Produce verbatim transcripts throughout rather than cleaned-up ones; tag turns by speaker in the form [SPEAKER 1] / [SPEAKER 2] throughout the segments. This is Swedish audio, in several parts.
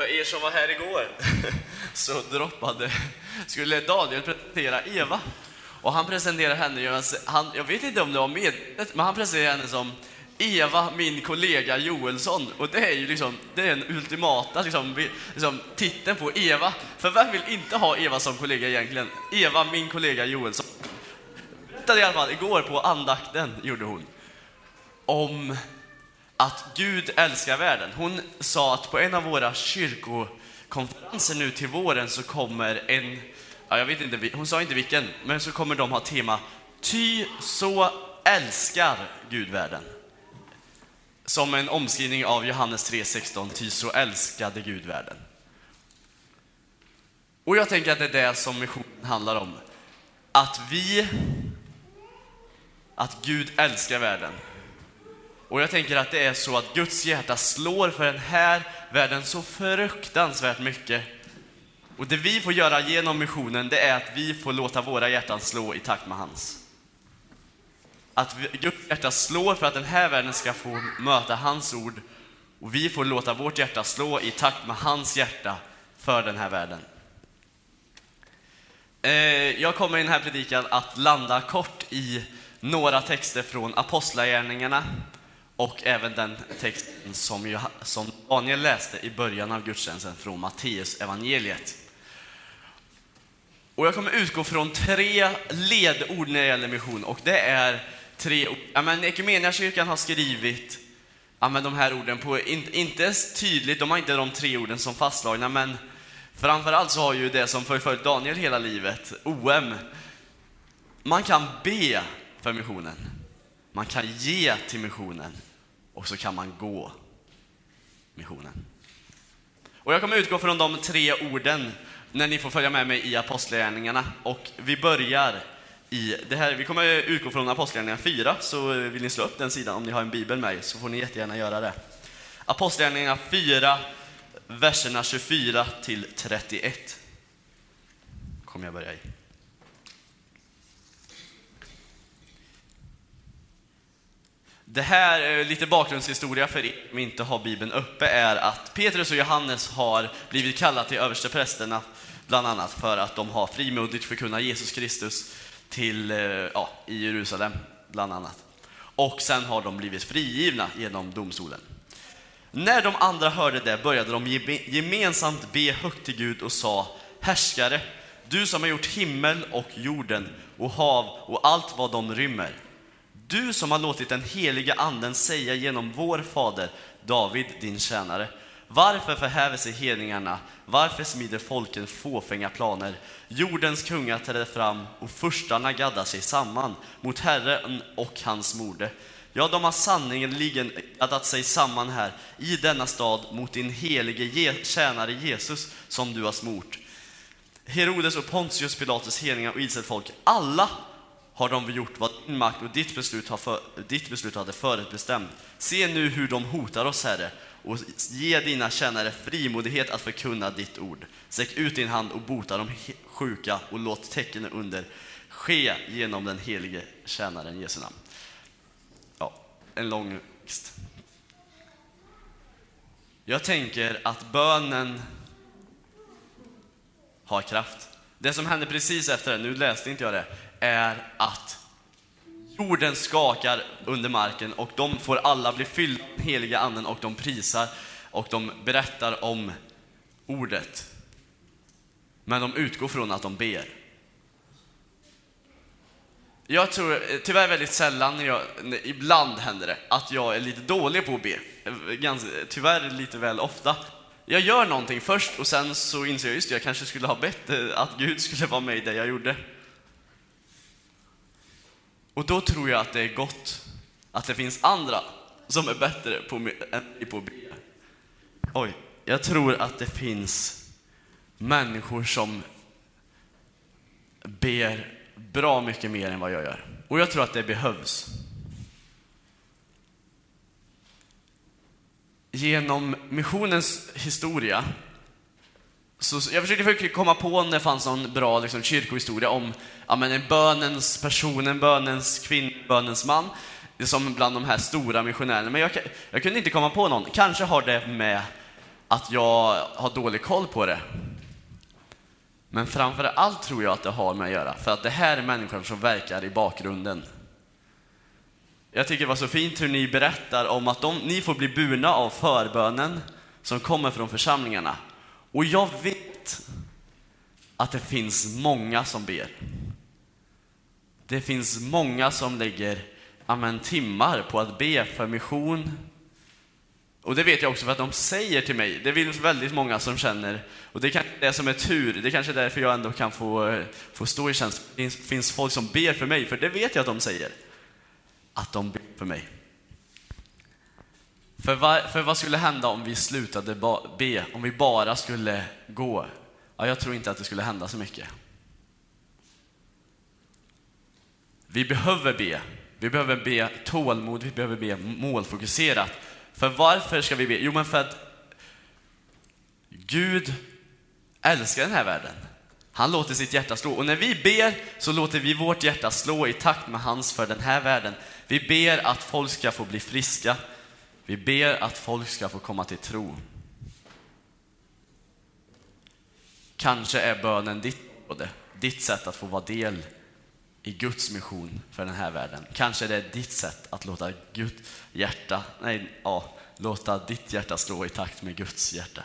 [SPEAKER 1] För er som var här igår så droppade, skulle Daniel presentera Eva. Och han presenterade henne, han, jag vet inte om det var medvetet, men han presenterade henne som Eva, min kollega Joelsson. Och det är ju liksom, det är en ultimata liksom, liksom, titeln på Eva. För vem vill inte ha Eva som kollega egentligen? Eva, min kollega Joelsson. Berättade i alla fall igår på andakten, gjorde hon, om att Gud älskar världen. Hon sa att på en av våra kyrkokonferenser nu till våren så kommer en, ja, jag vet inte, hon sa inte vilken, men så kommer de ha tema Ty så älskar Gud världen. Som en omskrivning av Johannes tre sexton, ty så älskade Gud världen. Och jag tänker att det är det som missionen handlar om. Att vi, att Gud älskar världen. Och jag tänker att det är så att Guds hjärta slår för den här världen så fruktansvärt mycket. Och det vi får göra genom missionen, det är att vi får låta våra hjärtan slå i takt med hans. Att vi, Guds hjärta slår för att den här världen ska få möta hans ord. Och vi får låta vårt hjärta slå i takt med hans hjärta för den här världen. Eh, jag kommer i den här predikan att landa kort i några texter från Apostlagärningarna. Och även den texten som, ju, som Daniel läste i början av gudstjänsten från Matteus evangeliet. Och jag kommer utgå från tre ledord när det gäller mission. Och det är tre ord. Ja, men Ekumeniakyrkan har skrivit ja, men de här orden på, in, inte tydligt, de har inte de tre orden som fastslagna. Men framförallt så har ju det som förföljt Daniel hela livet, O M. Man kan be för missionen. Man kan ge till missionen. Och så kan man gå missionen. Och jag kommer utgå från de tre orden när ni får följa med mig i Apostlagärningarna. Och vi börjar i det här. Vi kommer utgå från Apostlagärningarna fyra. Så vill ni slå upp den sidan om ni har en bibel med, så får ni jättegärna göra det. Apostlagärningarna fyra, verserna tjugofyra till trettioett. Kommer jag börja i. Det här, lite bakgrundshistoria för er som inte har Bibeln uppe, är att Petrus och Johannes har blivit kallade till översteprästerna bland annat för att de har frimodigt förkunnat Jesus Kristus till, ja, i Jerusalem bland annat. Och sen har de blivit frigivna genom domstolen. När de andra hörde det började de gemensamt be högt till Gud och sa: Härskare, du som har gjort himmel och jorden och hav och allt vad de rymmer. Du som har låtit den heliga anden säga genom vår fader David, din tjänare: varför förhäver sig hedningarna? Varför smider folken fåfänga planer? Jordens kungar träder fram och förstarna gaddar sig samman mot Herren och hans morde. Ja, de har sannerligen gaddat sig samman här i denna stad mot din helige tjänare Jesus som du har smort. Herodes och Pontius Pilatus hedningar och Israels folk, alla har de gjort vad din makt och ditt beslut, har för, ditt beslut hade förutbestämt. Se nu hur de hotar oss, Herre, och ge dina tjänare frimodighet att förkunna ditt ord. Sträck ut din hand och bota de sjuka och låt tecken under ske genom den helige tjänaren Jesu namn. Ja, en lång text. Jag tänker att bönen har kraft. Det som hände precis efter det, nu läste inte jag det, är att jorden skakar under marken och de får alla bli fyllda med heliga anden och de prisar och de berättar om ordet. Men de utgår från att de ber. Jag tror tyvärr väldigt sällan, när jag, ibland händer det att jag är lite dålig på att be. Ganska, tyvärr lite väl ofta. Jag gör någonting först och sen så inser jag just det, jag kanske skulle ha bett att Gud skulle vara med i det jag gjorde. Och då tror jag att det är gott att det finns andra som är bättre på, än på att be. Oj, jag tror att det finns människor som ber bra mycket mer än vad jag gör. Och jag tror att det behövs. Genom missionens historia, så jag försökte komma på om det fanns en bra liksom, kyrkohistoria om ja, men en bönens person, en bönens kvinna, bönens man, som bland de här stora missionärerna. Men jag, jag kunde inte komma på någon. Kanske har det med att jag har dålig koll på det. Men framför allt tror jag att det har med att göra. För att det här är människor som verkar i bakgrunden. Jag tycker det var så fint hur ni berättar om att de, ni får bli burna av förbönen som kommer från församlingarna. Och jag vet att det finns många som ber. Det finns många som lägger amen, timmar på att be för mission. Och det vet jag också för att de säger till mig. Det vill väldigt många som känner. Och det är kanske det som är tur. Det är kanske därför jag ändå kan få, få stå i tjänst. Det finns folk som ber för mig. För det vet jag att de säger. Att de ber för mig. För, var, för vad skulle hända om vi slutade be? Om vi bara skulle gå? Ja, jag tror inte att det skulle hända så mycket. Vi behöver be. Vi behöver be tålmod. Vi behöver be målfokuserat. För varför ska vi be? Jo, men för att Gud älskar den här världen. Han låter sitt hjärta slå. Och när vi ber så låter vi vårt hjärta slå i takt med hans för den här världen. Vi ber att folk ska få bli friska. Vi ber att folk ska få komma till tro. Kanske är bönen ditt, ditt sätt att få vara del i Guds mission för den här världen. Kanske det är ditt sätt att låta Gud hjärta, nej, ja, låta ditt hjärta slå i takt med Guds hjärta.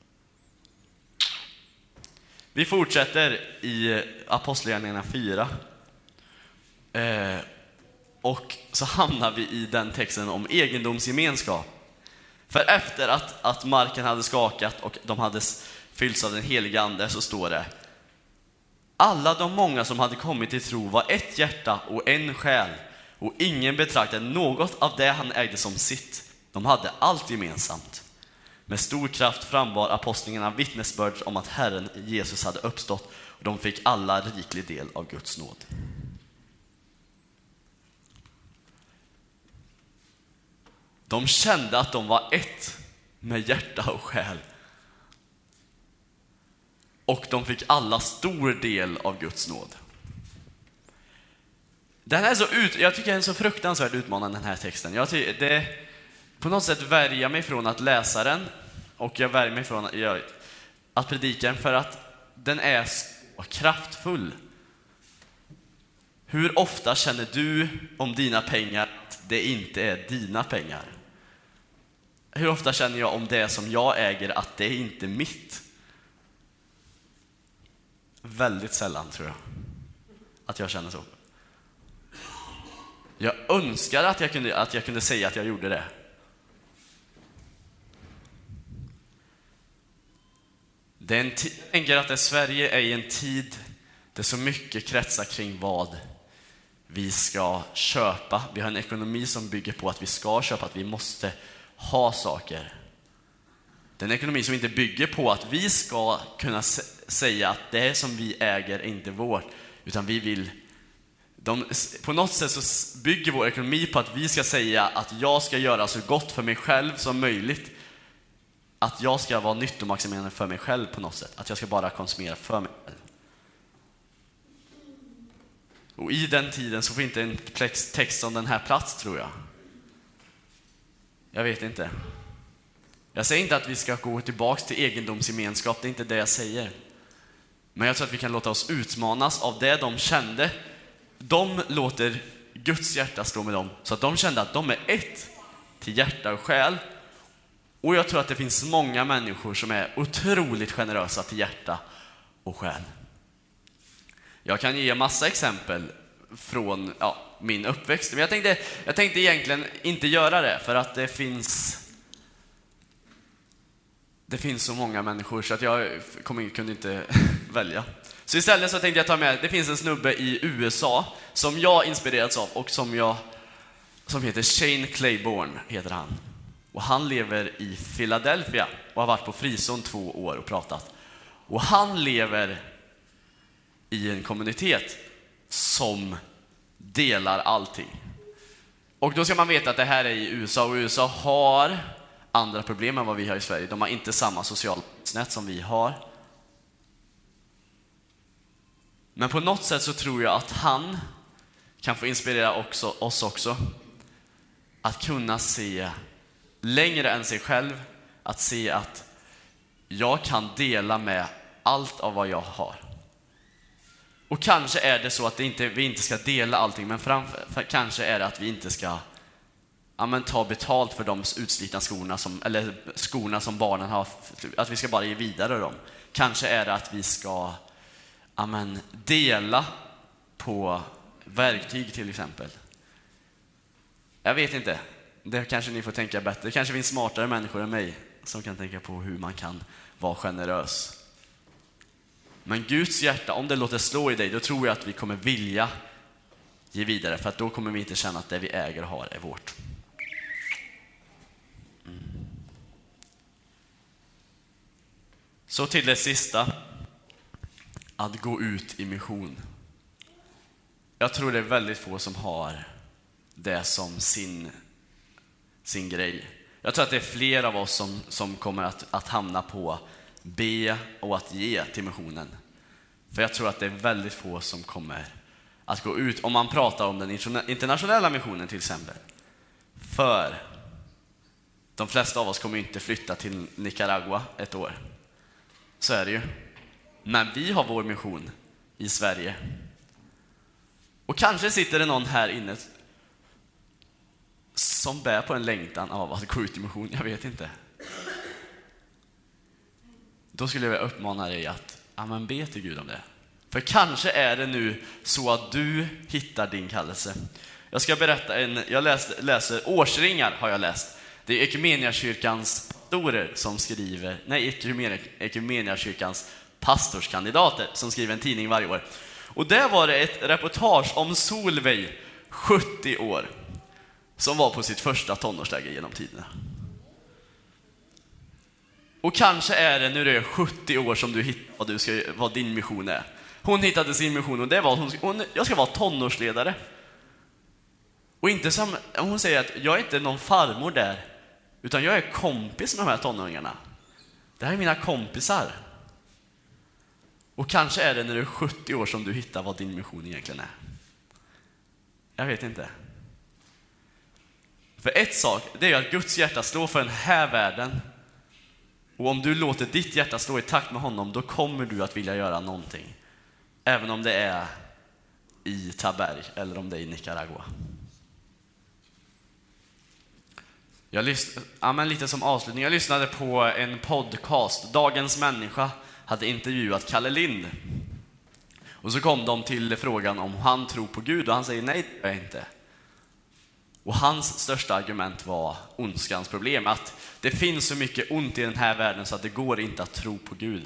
[SPEAKER 1] Vi fortsätter i Apostlagärningarna fyra. Eh, och så hamnar vi i den texten om egendomsgemenskap. För efter att, att marken hade skakat och de hade fyllts av den heliga ande så står det: alla de många som hade kommit till tro var ett hjärta och en själ, och ingen betraktade något av det han ägde som sitt. De hade allt gemensamt. Med stor kraft frambar apostlarna vittnesbörd om att Herren Jesus hade uppstått, och de fick alla riklig del av Guds nåd. De kände att de var ett med hjärta och själ. Och de fick alla stor del av Guds nåd. Den är så ut, jag tycker den är så fruktansvärt utmanande, den här texten. Jag tycker, det, på något sätt värjer mig från att läsa den. Och jag värjer mig från jag, att predika den, för att den är så kraftfull. Hur ofta känner du om dina pengar att det inte är dina pengar? Hur ofta känner jag om det som jag äger att det är inte mitt? Väldigt sällan, tror jag, att jag känner så. Jag önskar att jag kunde, att jag kunde säga att jag gjorde det. Det är en t- jag tänker att det Sverige är i en tid där så mycket kretsar kring vad vi ska köpa. Vi har en ekonomi som bygger på att vi ska köpa, att vi måste ha saker. Det är en ekonomi som inte bygger på att vi ska kunna säga att det som vi äger är inte vårt, utan vi vill de, på något sätt så bygger vår ekonomi på att vi ska säga att jag ska göra så gott för mig själv som möjligt. Att jag ska vara nyttomaximerande för mig själv på något sätt. Att jag ska bara konsumera för mig själv. Och i den tiden så får inte en text som den här plats, tror jag. Jag vet inte. Jag säger inte att vi ska gå tillbaka till egendomsgemenskap, det är inte det jag säger. Men jag tror att vi kan låta oss utmanas av det de kände. De låter Guds hjärta slå med dem, så att de kände att de är ett till hjärta och själ. Och jag tror att det finns många människor som är otroligt generösa till hjärta och själ. Jag kan ge massa exempel från ja, min uppväxt. Men jag tänkte, jag tänkte egentligen inte göra det, för att det finns det finns så många människor så att jag kom, kunde inte välja. Så istället så tänkte jag ta med, det finns en snubbe i U S A som jag inspirerats av och som jag som heter Shane Claiborne heter han. Och han lever i Philadelphia och har varit på frizon två år och pratat. Och han lever i en kommunitet som delar allting. Och då ska man veta att det här är i U S A, och U S A har andra problem än vad vi har i Sverige. De har inte samma socialnät som vi har. Men på något sätt så tror jag att han kan få inspirera också, oss också att kunna se längre än sig själv, att se att jag kan dela med allt av vad jag har. Och kanske är det så att det inte, vi inte ska dela allting, men framför, kanske är det att vi inte ska ja, men ta betalt för de utslitna skorna som, eller skorna som barnen har, att vi ska bara ge vidare dem. Kanske är det att vi ska ja, men dela på verktyg till exempel. Jag vet inte. Det kanske ni får tänka bättre. Det kanske finns smartare människor än mig som kan tänka på hur man kan vara generös. Men Guds hjärta, om det låter slå i dig, då tror jag att vi kommer vilja ge vidare. För att då kommer vi inte känna att det vi äger och har är vårt. Mm. Så till det sista. Att gå ut i mission. Jag tror det är väldigt få som har det som sin, sin grej. Jag tror att det är fler av oss som, som kommer att, att hamna på be och att ge till missionen. För jag tror att det är väldigt få som kommer att gå ut. Om man pratar om den internationella missionen till exempel. För de flesta av oss kommer inte flytta till Nicaragua ett år. Så är det ju. Men vi har vår mission i Sverige. Och kanske sitter det någon här inne som bär på en längtan av att gå ut i mission. Jag vet inte. Då skulle jag vilja uppmana dig att ja, men be till Gud om det. För kanske är det nu så att du hittar din kallelse. Jag ska berätta en, jag läser, läser årsringar har jag läst. Det är Ekumeniakyrkans pastorer som skriver, nej Ekumeniakyrkans pastorskandidater som skriver en tidning varje år. Och där var det ett reportage om Solveig, sjuttio år, som var på sitt första tonårsläger genom tiderna. Och kanske är det nu det är sjuttio år som du hittar vad, du ska, vad din mission är. Hon hittade sin mission och det var att hon, hon, jag ska vara tonårsledare. Och inte som, hon säger att jag är inte någon farmor där, utan jag är kompis med de här tonåringarna. Det här är mina kompisar. Och kanske är det när du är sjuttio år som du hittar vad din mission egentligen är. Jag vet inte. För ett sak, det är att Guds hjärta slår för den här världen. Och om du låter ditt hjärta slå i takt med honom, då kommer du att vilja göra någonting. Även om det är i Taberg eller om det är i Nicaragua. Jag lyssnade, ja, men lite som avslutning, jag lyssnade på en podcast. Dagens människa hade intervjuat Kalle Lind. Och så kom de till frågan om han tror på Gud och han säger nej, det är inte. Och hans största argument var ondskans problem. Att det finns så mycket ont i den här världen så att det går inte att tro på Gud.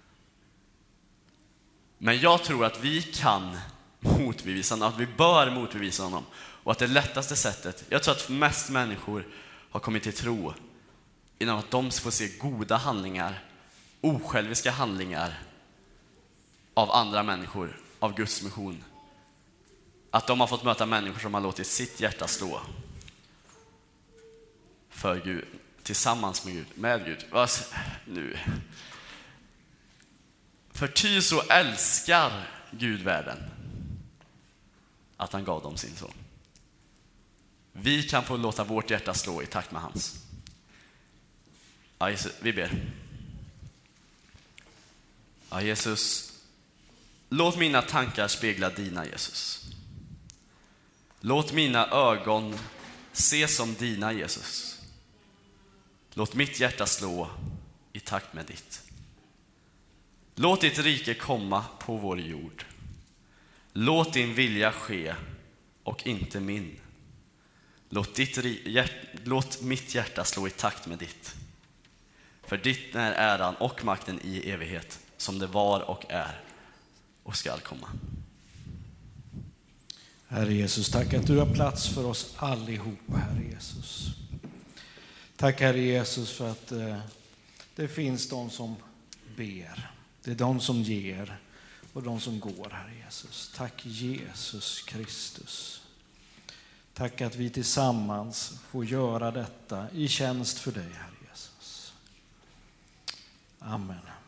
[SPEAKER 1] Men jag tror att vi kan motbevisa honom, att vi bör motbevisa honom. Och att det lättaste sättet, jag tror att mest människor har kommit till tro genom att de får se goda handlingar, osjälviska handlingar av andra människor, av Guds mission. Att de har fått möta människor som har låtit sitt hjärta slå för Gud, tillsammans med Gud, med Gud. Vad nu? För ty så älskar Gud världen att han gav dem sin son. Vi kan få låta vårt hjärta slå i takt med hans. Ja, Jesus, vi ber. Ja, Jesus, låt mina tankar spegla dina, Jesus. Låt mina ögon se som dina, Jesus. Låt mitt hjärta slå i takt med ditt. Låt ditt rike komma på vår jord. Låt din vilja ske och inte min. Låt, ditt, låt mitt hjärta slå i takt med ditt. För ditt är äran och makten i evighet, som det var och är och skall komma.
[SPEAKER 2] Herre Jesus, tack att du har plats för oss allihopa, Herre Jesus. Tack, Herre Jesus, för att eh, det finns de som ber. Det är de som ger och de som går, Herre Jesus. Tack Jesus Kristus. Tack att vi tillsammans får göra detta i tjänst för dig, Herre Jesus. Amen.